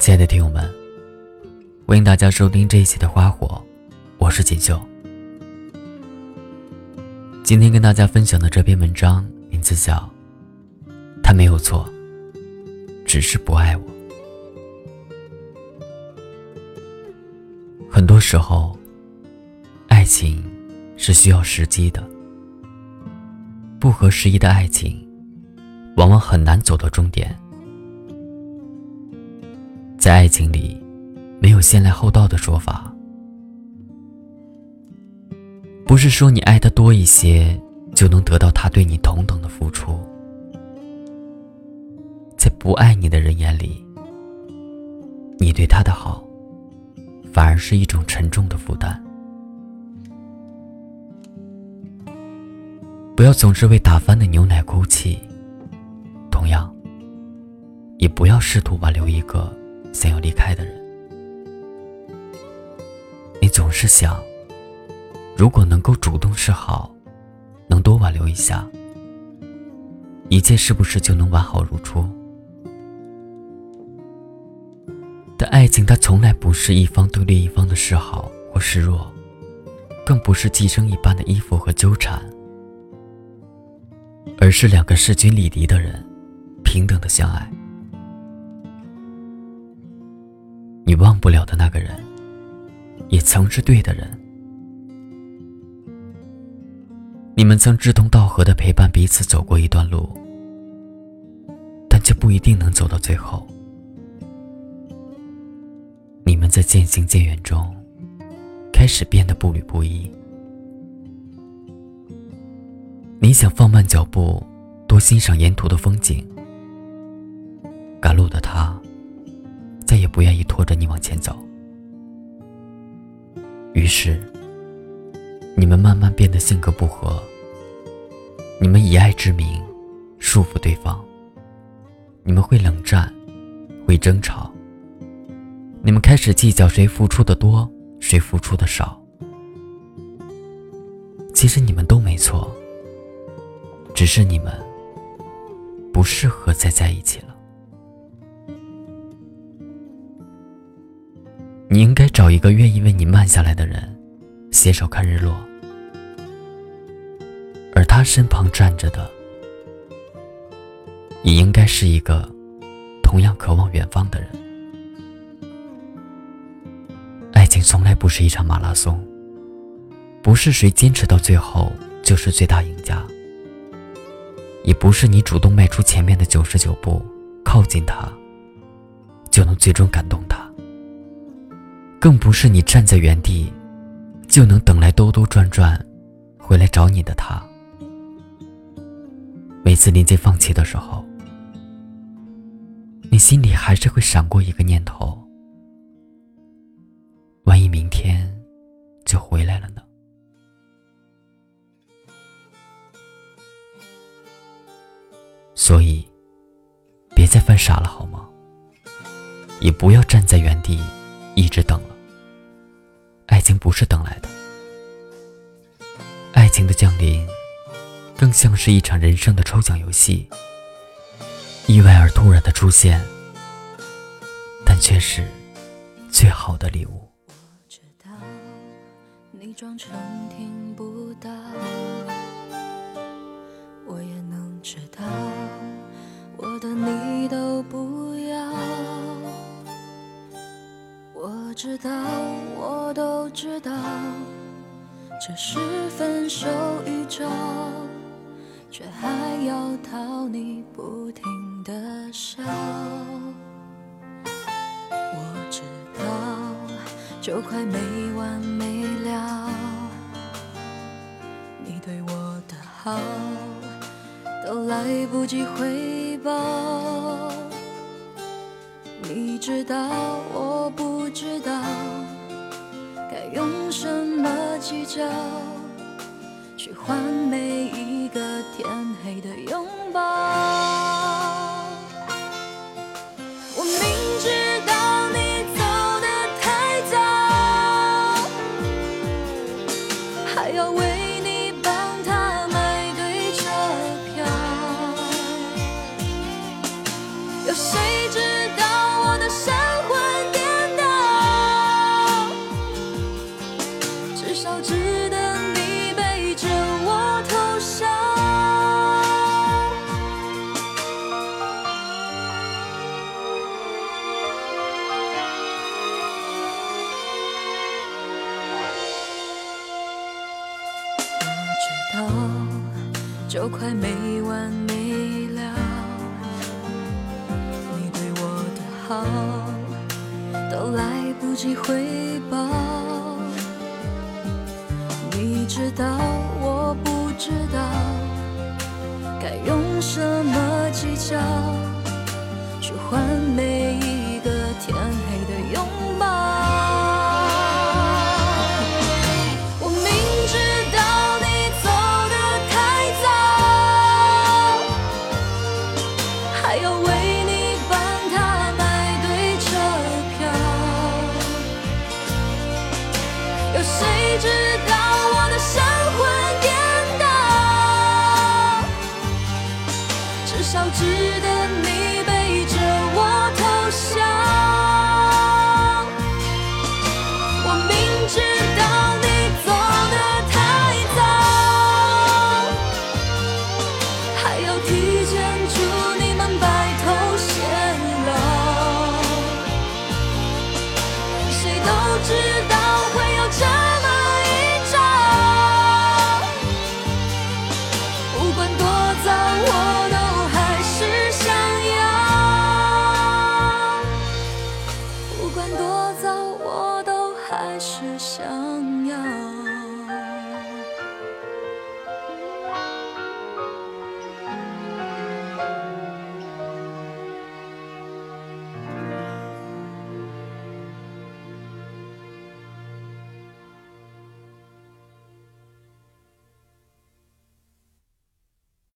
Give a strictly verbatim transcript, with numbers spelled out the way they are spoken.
亲爱的听友们，欢迎大家收听这一期的花火，我是锦绣。今天跟大家分享的这篇文章名字叫《他没有错，只是不爱我》。很多时候，爱情是需要时机的，不合时宜的爱情往往很难走到终点。在爱情里，没有先来后到的说法，不是说你爱他多一些就能得到他对你同等的付出。在不爱你的人眼里，你对他的好反而是一种沉重的负担。不要总是为打翻的牛奶哭泣，同样也不要试图挽留一个想要离开的人。你总是想，如果能够主动示好，能多挽留一下，一切是不是就能完好如初？但爱情它从来不是一方对另一方的示好或示弱，更不是寄生一般的依附和纠缠，而是两个势均力敌的人平等的相爱。你忘不了的那个人，也曾是对的人。你们曾志同道合地陪伴彼此走过一段路，但却不一定能走到最后。你们在渐行渐远中，开始变得步履不一。你想放慢脚步，多欣赏沿途的风景，赶路的他再也不愿意拖着你往前走。于是你们慢慢变得性格不合，你们以爱之名束缚对方，你们会冷战，会争吵，你们开始计较谁付出的多，谁付出的少。其实你们都没错，只是你们不适合再在一起了。你应该找一个愿意为你慢下来的人，携手看日落，而他身旁站着的，也应该是一个同样渴望远方的人。爱情从来不是一场马拉松，不是谁坚持到最后就是最大赢家，也不是你主动迈出前面的九十九步靠近他就能最终感动他，更不是你站在原地就能等来兜兜转转回来找你的他。每次临近放弃的时候，你心里还是会闪过一个念头，万一明天就回来了呢？所以别再犯傻了好吗？也不要站在原地一直等了。爱情不是等来的，爱情的降临更像是一场人生的抽奖游戏，意外而突然的出现，但却是最好的礼物。 我知道你装成听不到，我也能知道我的你都不要。我知道，我都知道，这是分手预兆，却还要讨你不停地笑。我知道，就快没完没了，你对我的好都来不及回报。你知道，我不知道该用什么计较，去换每一个天黑的拥抱。我明知道你走得太早，还要为你帮他买对车票。有谁知道我的生活都快没完没了。你对我的好都来不及回报，你知道我不知道该用什么技巧去换每一个天黑的拥抱。我明知道你走得太早，还要为你帮他买对车票。有谁知道我的神魂颠倒，至少值得你背着我偷笑。我明知道你走得太早，还要提前出